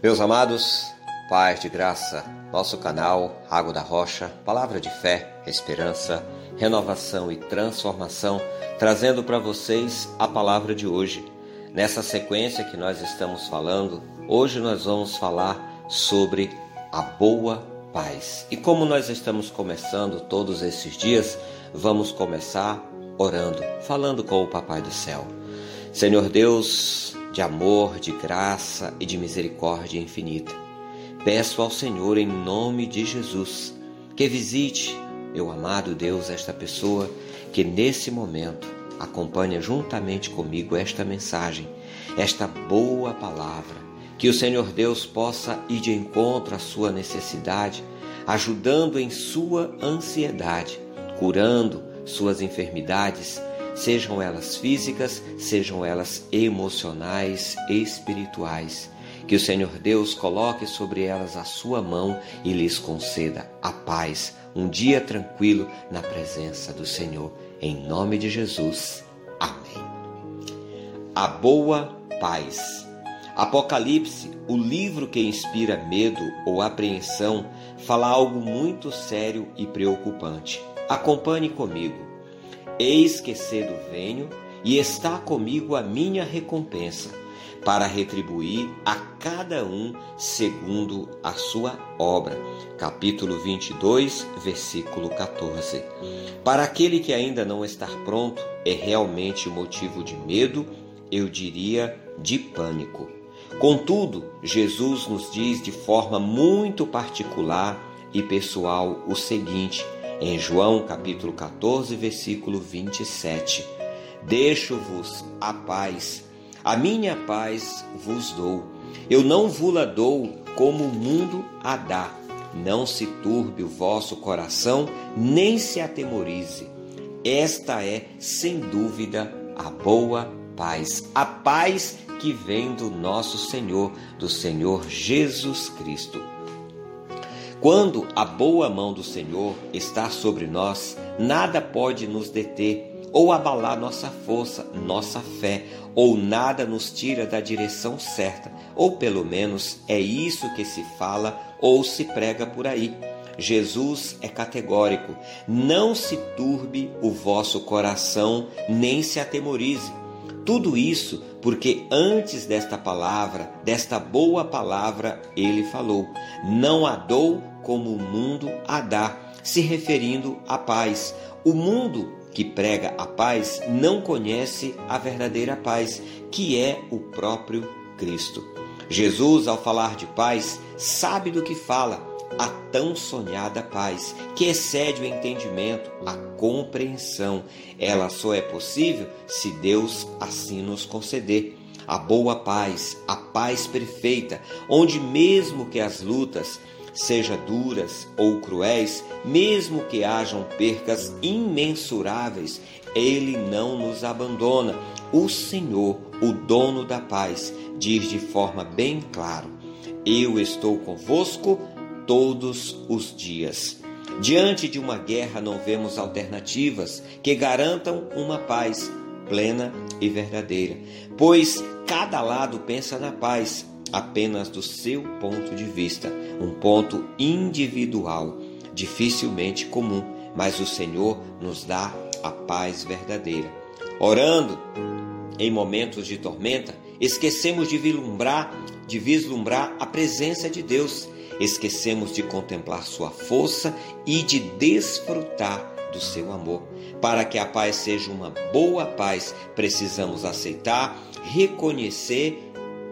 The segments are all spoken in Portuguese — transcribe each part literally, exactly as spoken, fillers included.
Meus amados, paz de graça, nosso canal Água da Rocha, palavra de fé, esperança, renovação e transformação, trazendo para vocês a palavra de hoje. Nessa sequência que nós estamos falando, hoje nós vamos falar sobre a boa paz. E como nós estamos começando todos esses dias, vamos começar orando, falando com o Papai do Céu. Senhor Deus, de amor, de graça e de misericórdia infinita, peço ao Senhor em nome de Jesus que visite, meu amado Deus, esta pessoa que nesse momento acompanha juntamente comigo esta mensagem, esta boa palavra, que o Senhor Deus possa ir de encontro à sua necessidade, ajudando em sua ansiedade, curando suas enfermidades, sejam elas físicas, sejam elas emocionais e espirituais. Que o Senhor Deus coloque sobre elas a sua mão e lhes conceda a paz, um dia tranquilo na presença do Senhor. Em nome de Jesus. Amém. A boa paz. Apocalipse, o livro que inspira medo ou apreensão, fala algo muito sério e preocupante. Acompanhe comigo. Eis que cedo venho, e está comigo a minha recompensa, para retribuir a cada um segundo a sua obra. Capítulo vinte e dois, versículo quatorze. Para aquele que ainda não está pronto, é realmente motivo de medo, eu diria de pânico. Contudo, Jesus nos diz de forma muito particular e pessoal o seguinte, em João capítulo quatorze, versículo vinte e sete. Deixo-vos a paz, a minha paz vos dou. Eu não vos-la dou como o mundo a dá. Não se turbe o vosso coração, nem se atemorize. Esta é, sem dúvida, a boa paz. A paz que vem do nosso Senhor, do Senhor Jesus Cristo. Quando a boa mão do Senhor está sobre nós, nada pode nos deter ou abalar nossa força, nossa fé, ou nada nos tira da direção certa, ou pelo menos é isso que se fala ou se prega por aí. Jesus é categórico, não se turbe o vosso coração, nem se atemorize. Tudo isso porque antes desta palavra, desta boa palavra, ele falou, não a dou como o mundo a dá, se referindo à paz. O mundo que prega a paz não conhece a verdadeira paz, que é o próprio Cristo. Jesus, ao falar de paz, sabe do que fala, a tão sonhada paz, que excede o entendimento, a compreensão. Ela só é possível se Deus assim nos conceder. A boa paz, a paz perfeita, onde mesmo que as lutas sejam duras ou cruéis, mesmo que hajam percas imensuráveis, Ele não nos abandona. O Senhor, o dono da paz, diz de forma bem clara, eu estou convosco todos os dias. Diante de uma guerra não vemos alternativas que garantam uma paz plena e verdadeira, pois cada lado pensa na paz apenas do seu ponto de vista, um ponto individual, dificilmente comum, mas o Senhor nos dá a paz verdadeira. Orando em momentos de tormenta, esquecemos de vislumbrar, de vislumbrar a presença de Deus, esquecemos de contemplar sua força e de desfrutar do seu amor. Para que a paz seja uma boa paz, precisamos aceitar, reconhecer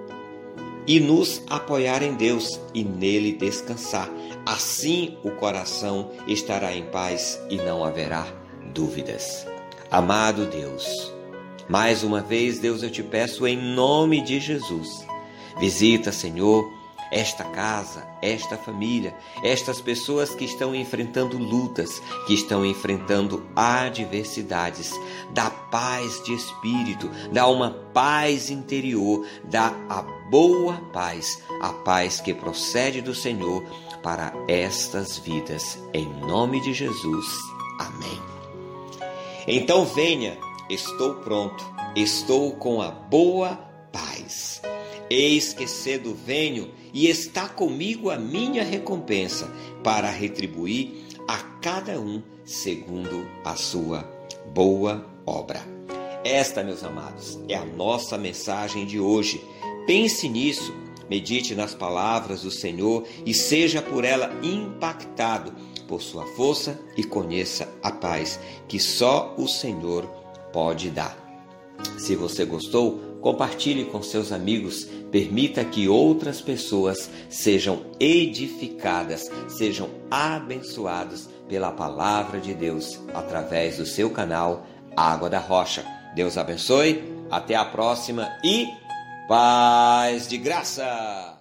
e nos apoiar em Deus e nele descansar. Assim o coração estará em paz e não haverá dúvidas. Amado Deus, mais uma vez, Deus, eu te peço em nome de Jesus, visita, Senhor, esta casa, esta família, estas pessoas que estão enfrentando lutas, que estão enfrentando adversidades. Dá paz de espírito, dá uma paz interior, dá a boa paz, a paz que procede do Senhor para estas vidas. Em nome de Jesus. Amém. Então venha, estou pronto, estou com a boa paz. Eis que cedo venho, e está comigo a minha recompensa, para retribuir a cada um segundo a sua boa obra. Esta, meus amados, é a nossa mensagem de hoje. Pense nisso, medite nas palavras do Senhor e seja por ela impactado por sua força e conheça a paz que só o Senhor pode dar. Se você gostou, compartilhe com seus amigos, permita que outras pessoas sejam edificadas, sejam abençoados pela palavra de Deus através do seu canal Água da Rocha. Deus abençoe, até a próxima e paz de graça!